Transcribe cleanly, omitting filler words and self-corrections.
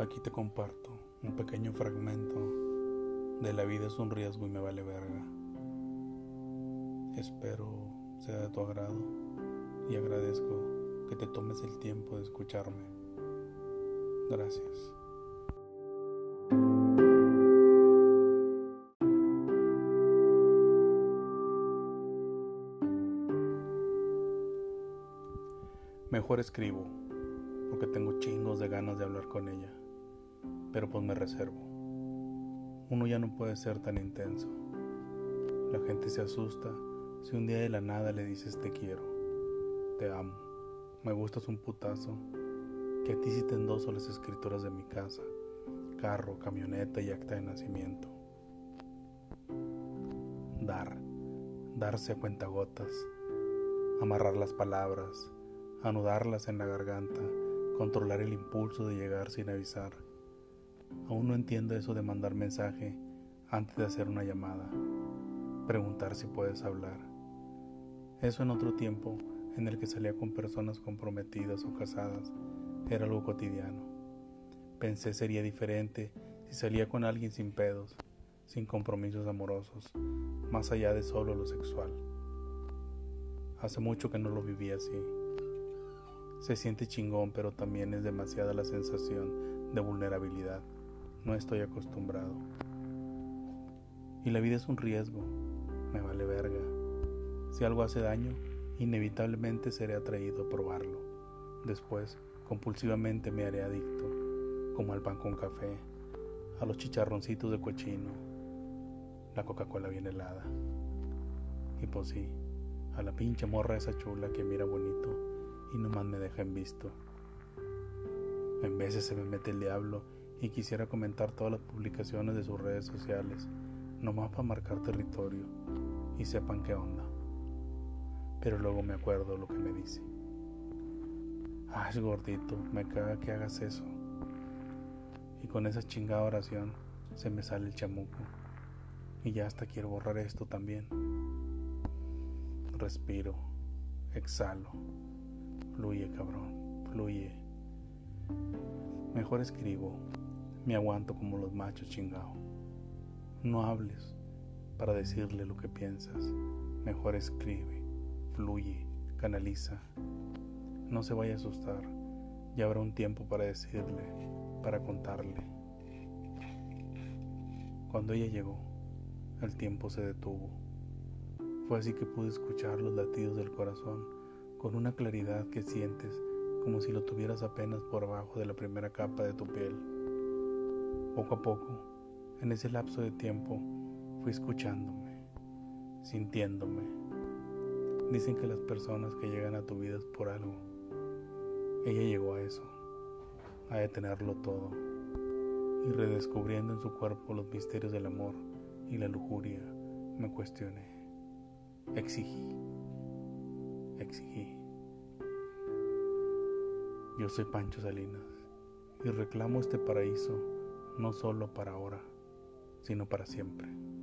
Aquí te comparto un pequeño fragmento de La vida es un riesgo y me vale verga. Espero sea de tu agrado y agradezco que te tomes el tiempo de escucharme. Gracias. Mejor escribo, porque tengo chingos de ganas de hablar con ella, pero pues me reservo. Uno ya no puede ser tan intenso. La gente se asusta si un día de la nada le dices te quiero, te amo, me gustas un putazo, que a ti sí te endoso las escrituras de mi casa, carro, camioneta y acta de nacimiento. Darse a cuentagotas, amarrar las palabras, anudarlas en la garganta, controlar el impulso de llegar sin avisar. Aún no entiendo eso de mandar mensaje antes de hacer una llamada, preguntar si puedes hablar. Eso en otro tiempo en el que salía con personas comprometidas o casadas era algo cotidiano. Pensé sería diferente si salía con alguien sin pedos, sin compromisos amorosos, más allá de solo lo sexual. Hace mucho que no lo viví así. Se siente chingón, pero también es demasiada la sensación de vulnerabilidad. No estoy acostumbrado. Y la vida es un riesgo. Me vale verga. Si algo hace daño, inevitablemente seré atraído a probarlo. Después, compulsivamente me haré adicto, como al pan con café, a los chicharroncitos de cochino, la Coca-Cola bien helada. Y pues sí, a la pinche morra esa chula que mira bonito y nomás me deja en visto. En veces se me mete el diablo y quisiera comentar todas las publicaciones de sus redes sociales, nomás para marcar territorio y sepan qué onda. Pero luego me acuerdo lo que me dice. Ay, gordito, me caga que hagas eso. Y con esa chingada oración se me sale el chamuco. Y ya hasta quiero borrar esto también. Respiro, exhalo. Fluye, cabrón, fluye. Mejor escribo, me aguanto como los machos chingao. No hables para decirle lo que piensas. Mejor escribe, fluye, canaliza. No se vaya a asustar, ya habrá un tiempo para decirle, para contarle. Cuando ella llegó, el tiempo se detuvo. Fue así que pude escuchar los latidos del corazón con una claridad que sientes como si lo tuvieras apenas por abajo de la primera capa de tu piel. Poco a poco, en ese lapso de tiempo, fui escuchándome, sintiéndome. Dicen que las personas que llegan a tu vida es por algo. Ella llegó a eso, a detenerlo todo, y redescubriendo en su cuerpo los misterios del amor y la lujuria, me cuestioné. Exigí. Yo soy Pancho Salinas y reclamo este paraíso no solo para ahora, sino para siempre.